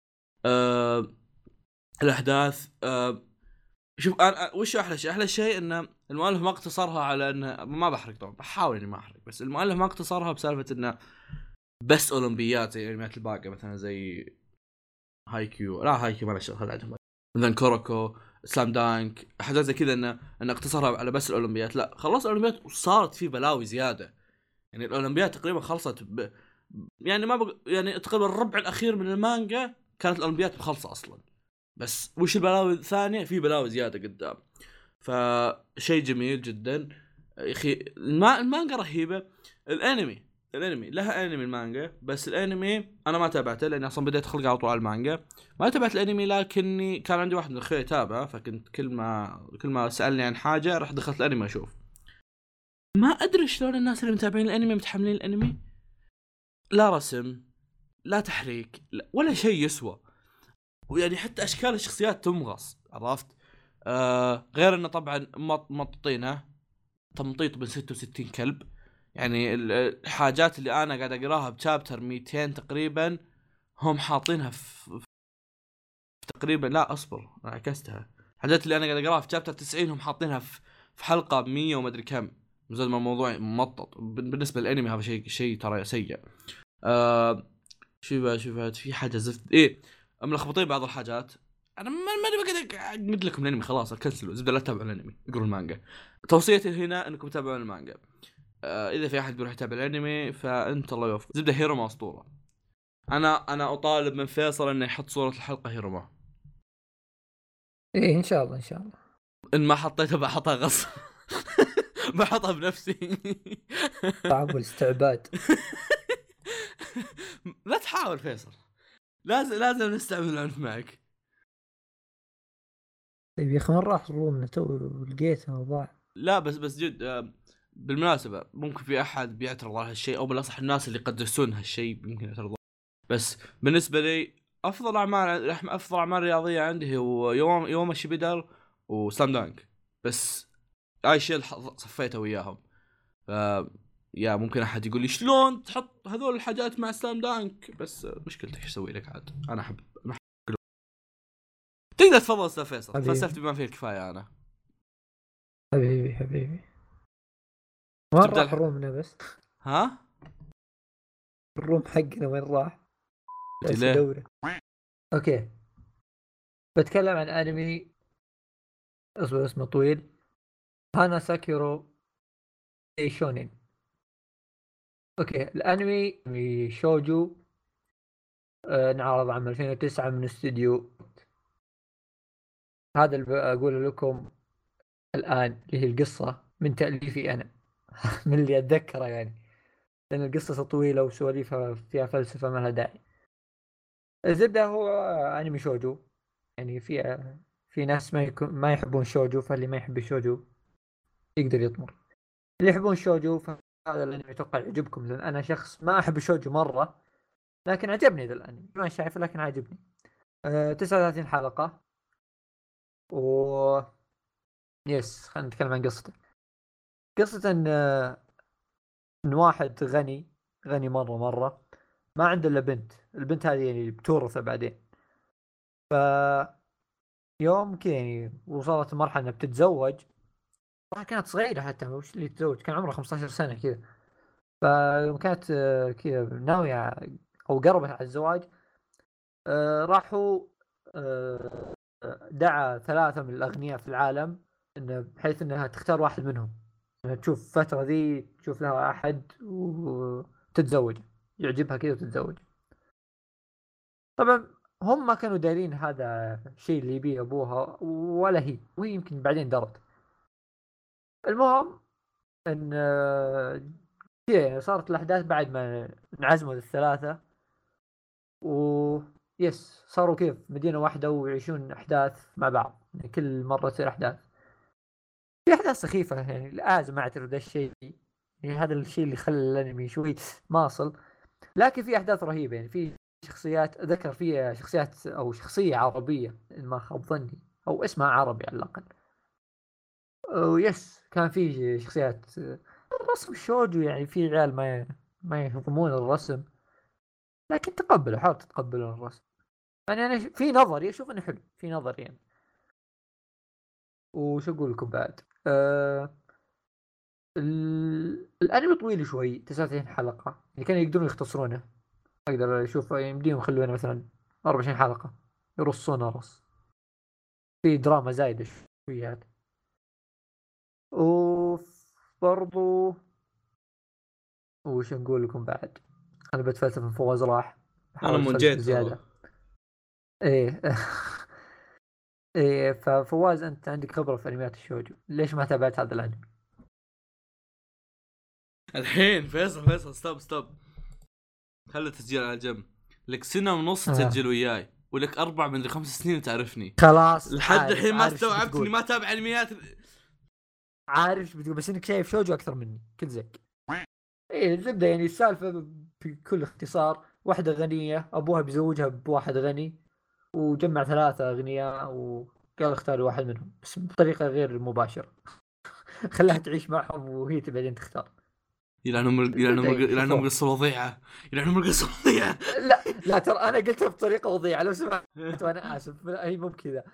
الاحداث شوف انا وش احلى شيء ان المؤلف ما اقتصرها على انه ما بحرق طبعا، بحاول اني ما احرق، بس المؤلف ما اقتصرها بسالفه انه بس اولمبيات زي انميات الباقه مثلا زي هاي كيو ما له شغل عندهم، مثلا كوروكو، سلام دانك، حاجات زي كذا، انه اقتصرها على بس الاولمبيات. لا، خلص الاولمبيات وصارت في بلاوي زياده. يعني الاولمبيات تقريبا خلصت يعني يعني تقريبا الربع الاخير من المانجا كانت الاولمبيات مخلصه اصلا، بس وش البلاوي الثانيه؟ في بلاوي زياده قدام. فشيء جميل جدا يا اخي. المانجا رهيبه. الانمي لها انمي المانجا، بس الانمي انا ما تابعته لاني اصلا بديت خلق على طول على المانجا. ما تابعت الانمي، لكني كان عندي واحد من اخوي يتابعه، فكنت كل ما سالني عن حاجه رح دخلت الانمي اشوف. ما ادري شلون الناس اللي متابعين الانمي متحملين الانمي. لا رسم، لا تحريك، ولا شيء يسوى. ويعني حتى اشكال الشخصيات تمغص، عرفت؟ غير انه طبعا مطينه تمطيط ب 66 كلب. يعني الحاجات اللي انا قاعد اقراها بشابتر 200 تقريبا هم حاطينها في تقريبا، لا اصبر انا عكستها. الحاجات اللي انا قاعد اقراها في شابتر 90 هم حاطينها في حلقه 100 وما ادري كم. زاد ما الموضوع ممطط بالنسبه للانمي. هذا شيء ترى سيء. شوف في حاجه زفت ملخبطين بعض الحاجات. انا ما بقدر اقعد لكم الانمي، خلاص كنسلوا زبده، لا تتابعوا الانمي، اقروا المانجا. توصيتي هنا انكم تتابعون المانجا. اذا في احد بيروح يتابع الانمي فانت الله يوفقه. زبده هيروما اسطوره. انا اطالب من فيصل انه يحط صوره الحلقه هيروما. ايه ان شاء الله ان شاء الله. ان ما حطيتها بحطها غصب. بحطها بنفسي. صعب والاستعباد. لا تحاول فيصل، لازم نستعمل العنف معك. طيب يا اخي من راح رومنا تو لقيتها وضاع. لا بس جد بالمناسبة ممكن في أحد بيعترض على هالشيء، أو بالأصح الناس اللي يقدسون هالشيء ممكن يعترضون. بس بالنسبة لي أفضل أعمال رياضية عندي هو يوم شيبيدر وسلام دانك. بس أي شيء صفيته وياهم. يا ممكن احد يقول لي شلون تحط هذول الحاجات مع سلام دانك، بس مشكلتك ايش اسوي لك عاد. انا احب تقدر تفضل استاذ فيصل، حبيبي. فلسفتي بما فيه الكفايه. انا حبيبي وين تبدا راح رومنا بس؟ ها الروم حقنا وين راح؟ جالس ليه؟ ادوره. اوكي، بتكلم عن انمي اصبر اسمه طويل، هانا ساكيرو اي شونين. اوكي، الانمي شوجو، انعرض عام 2009 من استوديو. هذا اللي اقول لكم الان اللي هي القصه من تاليفي انا. من اللي اتذكره يعني، لان القصه طويله وسواليفها فيها فلسفه ما لها داعي. الزبده هو انمي شوجو، يعني في ناس ما يحبون شوجو، فاللي ما يحب الشوجو يقدر يطمر. اللي يحبون شوجو فهذا الانمي اتوقع يعجبكم، لان انا شخص ما احب الشوجو مره، لكن عجبني ذا الانمي ما شايفه، لكن عجبني. 39 حلقه و يس. خلينا نتكلم عن قصته. قصة ان واحد غني مرة ما عنده الا بنت. البنت هذه يعني بتورثه بعدين. ف يوم كذا يعني وصلت مرحلة انها بتتزوج. طبعا كانت صغيرة، حتى وش اللي تتزوج، كان عمرها 15 سنة كذا. فيوم كانت كذا ناوية او قربت على الزواج، راحوا دعا 3 من الاغنياء في العالم، انه بحيث انها تختار واحد منهم، انها تشوف فترة ذي تشوف لها احد وتتزوج، يعجبها كذا وتتزوج. طبعا هم ما كانوا دارين هذا الشيء اللي يبيه ابوها ولا هي، وهي يمكن بعدين درت. المهم ان كذا يعني صارت الاحداث بعد ما انعزموا الثلاثة و يس صاروا كيف مدينة واحدة ويعيشون احداث مع بعض، يعني كل مرة تصير احداث. في احداث سخيفة يعني لازم اعترف ده الشيء، يعني هذا الشيء اللي خلى الانمي شوي ماصل. لكن في احداث رهيبة، يعني في شخصيات ذكر فيها شخصيات او شخصية عربية إن ما خاب ظني، او اسمها عربي على الاقل. ويس كان في شخصيات. الرسم شوجو يعني في عيال ما يهضمون الرسم، لكن تقبلوا، حاول تتقبلون الرسم. يعني انا في نظري اشوف انه حلو في نظري يعني. وش اقول لكم بعد؟ الانمي طويل شوي 39 حلقة، يعني كانوا يقدرون يختصرونه. اقدر اشوف يمديهم يخلونه مثلا 24 حلقة، يرصونه رص. في دراما زايدة شويات. وبرضو وش نقول لكم بعد؟ انا بتفلسف من فواز راح، انا بحاول اتفلسف منجيت ترى. زيادة. ايه. ايه، ففواز انت عندك خبرة في انميات الشوجو، ليش ما تابعت هذا الانمي؟ الحين فيصل ستوب. خلي التسجيل على جنب. لك سنة ونص تسجل وياي، ولك 4 من 5 سنين تعرفني. خلاص لحد الحين ما عارف شو استوعبت اني بتقول، ما اتابع انميات. عارف شو بتقول، بس انك شايف شوجو اكثر مني كل زك. ايه الزبده يعني السالفه بكل اختصار، واحده غنيه ابوها بيزوجها بواحد غني، وجمع 3 اغنياء وقال اختاروا واحد منهم بس بطريقه غير مباشره. خلاها تعيش معهم وهي بعدين تختار. الزبده يعني يلعنهم شوفوه. قصة وضيعة. يلعنهم قصة وضيعة. لا ترى انا قلتها بطريقه وضيعه لو سمحت، وانا اسف، هي مو بكذا.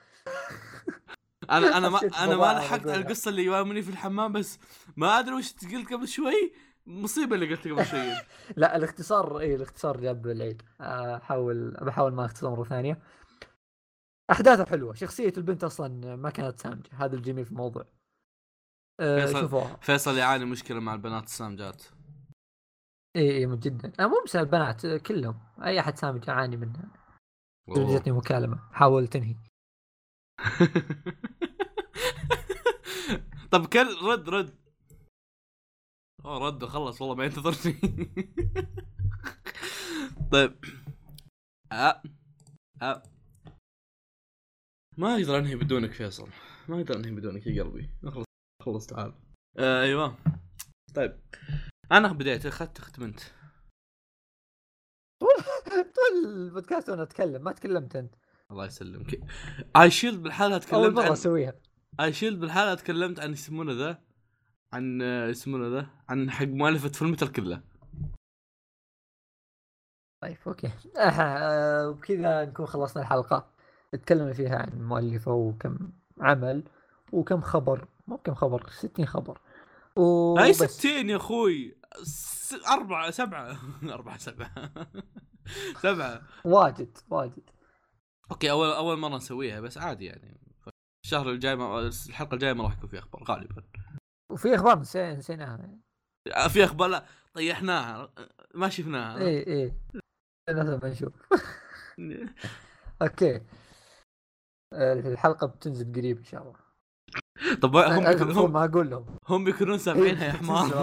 حسيت انا ما بضاعه وانا لحقت على اقولها. القصة اللي يوامني في الحمام، بس ما ادري وش قلت قبل شوي. مصيبة اللي قلت قبل شوي. لا الاختصار، ايه الاختصار جاب العيد. بحاول ما اختصر مره ثانيه. احداثه حلوه، شخصيه البنت اصلا ما كانت سامجه، هذا الجميل في الموضوع. فيصل شوفوها. فيصل يعاني مشكلة مع البنات السامجات. اي من جدا، انا مو بس البنات كلهم، اي احد سامج يعاني منها. اوه. جتني مكالمه حاول تنهي. طب رد. اوه رد وخلص والله ما ينتظرني. طيب. أه. أه. ما اقدر انهي بدونك فيصل، ما اقدر انهي بدونك يا قلبي. خلص تعال. ايوه. طيب انا بديت ختمت. طول البودكاست وانا اتكلم ما تكلمت انت. الله يسلمك. اي شيلد بالحالة اول تكلمت مره عن اسويها. اي شيلد بالحالة تكلمت عن يسمونه ذا عن اسمه ذا، عن حق مؤلفة فيلم كله. طيب اوكي. وبكذا نكون خلصنا الحلقة. تكلمنا فيها عن المؤلفة وكم عمل وكم خبر، مو كم خبر، 60 خبر هاي وبس. 60 يا اخوي، 4 7 4 7 7. واجد. اوكي اول مرة نسويها بس عادي يعني. الشهر الجاي الحلقة الجاية ما راح يكون في اخبار غالبا. وفي اخبار نسيناها. في اخبار لا طيحناها ما شفناها. ايه لازم نشوف. اوكي. الحلقة بتنزل قريب ان شاء الله. طب المفروض ما اقول لهم. هم بيكونون سامعينها يا حمار.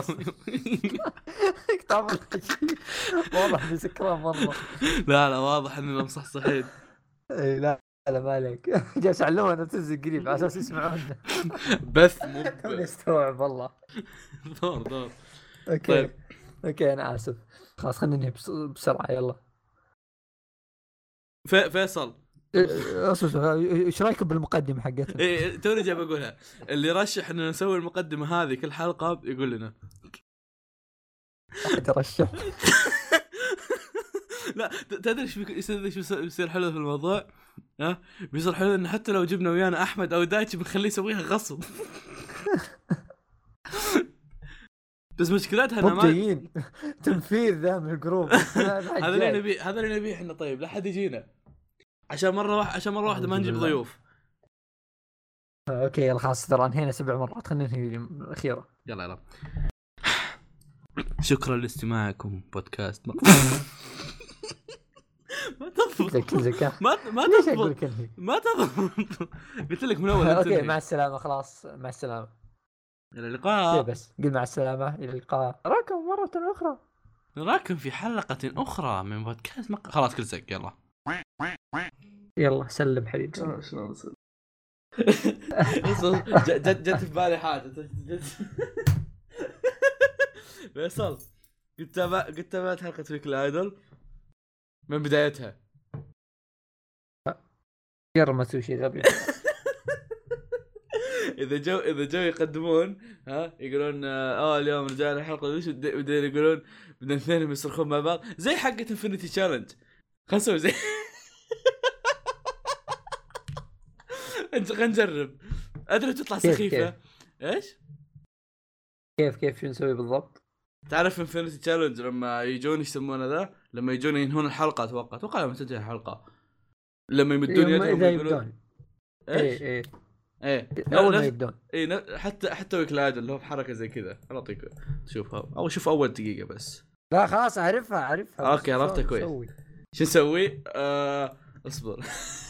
طبعا واضح في سكران مرة. لا واضح اننا مصحصحين. اي لا ما عليك. جالس علمونا تنزل قريب على اساس يسمعونا. بث مو توني استوعب والله. دور. اوكي طيب. اوكي انا اسف. خلاص خلينا ننهي بسرعة يلا. فيصل اصبر، ايش رايك بالمقدمة حقتنا؟ إيه توني جاي بقولها. اللي رشح اننا نسوي المقدمة هذه كل حلقة يقول لنا. احد رشح. لا تدري ايش بيصير حلو في الموضوع؟ ها بيصير حلو ان حتى لو جبنا ويانا احمد او دايتش بنخليه يسويها غصب. بس مشكلتها مو جايين تنفيذ ذا من الجروب. هذا اللي نبيه احنا. طيب لا حد يجينا عشان مرة واحدة ما نجيب ضيوف. اوكي يلا خلاص ترى انهينا 7 مرات، خلينا ننهي الاخيرة. يلا شكرا لاستماعكم بودكاست. ما تضبط ما تضبط. قلت لك من اول. اوكي مع السلامة خلاص، مع السلامة الى اللقاء. بس قل مع السلامة الى اللقاء. نراكم مرة أخرى. نراكم في حلقة أخرى من بودكاست خلاص كل زق. يلا سلم حبيبي. شلون أسلم؟ جت في بالي حاجة. فيصل قلت تابعت حلقة فيك الآيدول من بدايتها. يلا ما تسوي شيء غبي. إذا جو يقدمون يقولون اليوم رجعنا الحلقة ليش بدين يقولون بدنا اثنين يصرخون مع بعض زي حقة انفينيتي تشالنج. خلنا نسوي زي خلنا نجرب. أدري تطلع سخيفة. إيش؟ كيف شو نسوي بالضبط؟ تعرف انفينيتي تشالنج لما يجون يسمونه ذا، لما يجون ينهون الحلقة أتوقع لما تنتهي الحلقة لما يمدون يدهم يقولون إيش؟ ايه اول ما يبدون. ايه حتى ويك العادة اللي هو بحركة زي كذا. اعطيك تشوفها او شوف اول دقيقة بس. لا خلاص اعرفها. اوكي عرفتها كويس. شو نسوي؟ اصبر.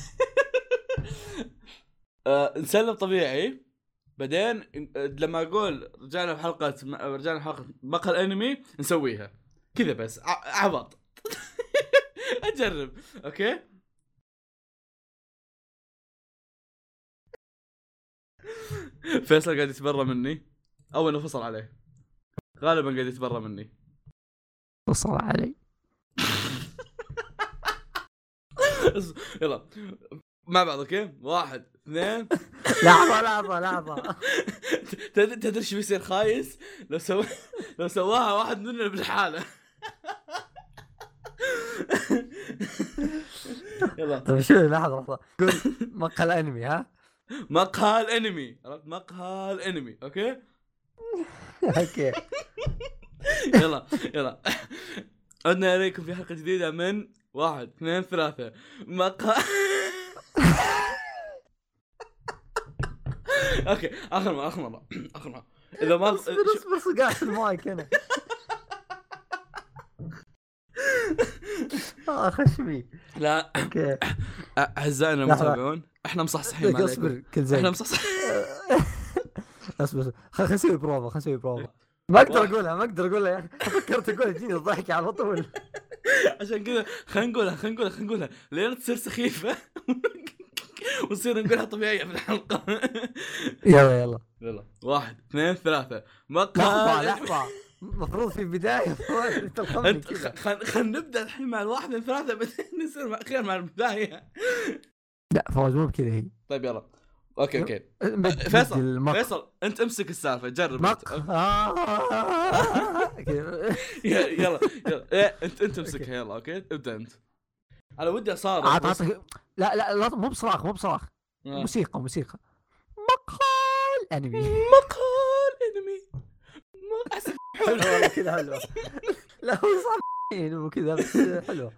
نسلم طبيعي بعدين لما اقول رجعنا حلقة بقى الانمي نسويها كذا بس عبط. اجرب اوكي. فيصل قاعد يتبرى مني اول ما فصل عليه، غالبا قاعد يتبرى مني. فصل علي. يلا مع بعض اوكي 1 2. لحظة. تدري شو بيصير خايس لو سواها واحد مننا بالحالة. يلا طيب شو لحظة قول مقهى الانمي. ها مقهى الانمي. عرفت مقهى الانمي اوكي. اوكي يلا عدنا اليكم في حلقة جديدة من 1 2 3 مقهى. اوكي اخر مرة اذا ما اصبر صقعت المايك انا. خشمي. لا اوكي اعزائنا المتابعون احنا مصحصحين. اصبر كل زين. احنا مصحصحين. اصبر خلينا نسوي بروفا. ما اقدر اقولها يا اخي. فكرت اقول تجيني الضحك على طول. عشان كذا خلينا نقولها لين تصير سخيفة ونصير نقولها طبيعية في الحلقة. يلا 1 2 3 مقهى. لحظة مفروض في بداية. خلينا نبدأ الحين مع 1 2 3 بعدين نصير خير مع البداية. لا فوز مو بكذا هي. طيب يلا اوكي فيصل انت امسك السالفه جرب انت. يلا انت امسكها يلا. اوكي ابدا انت. على ودي اصارخ. لا مو بصراخ موسيقى مقال انمي حلو والله كذا حلو. لا هو صعب مو كذا بس حلو.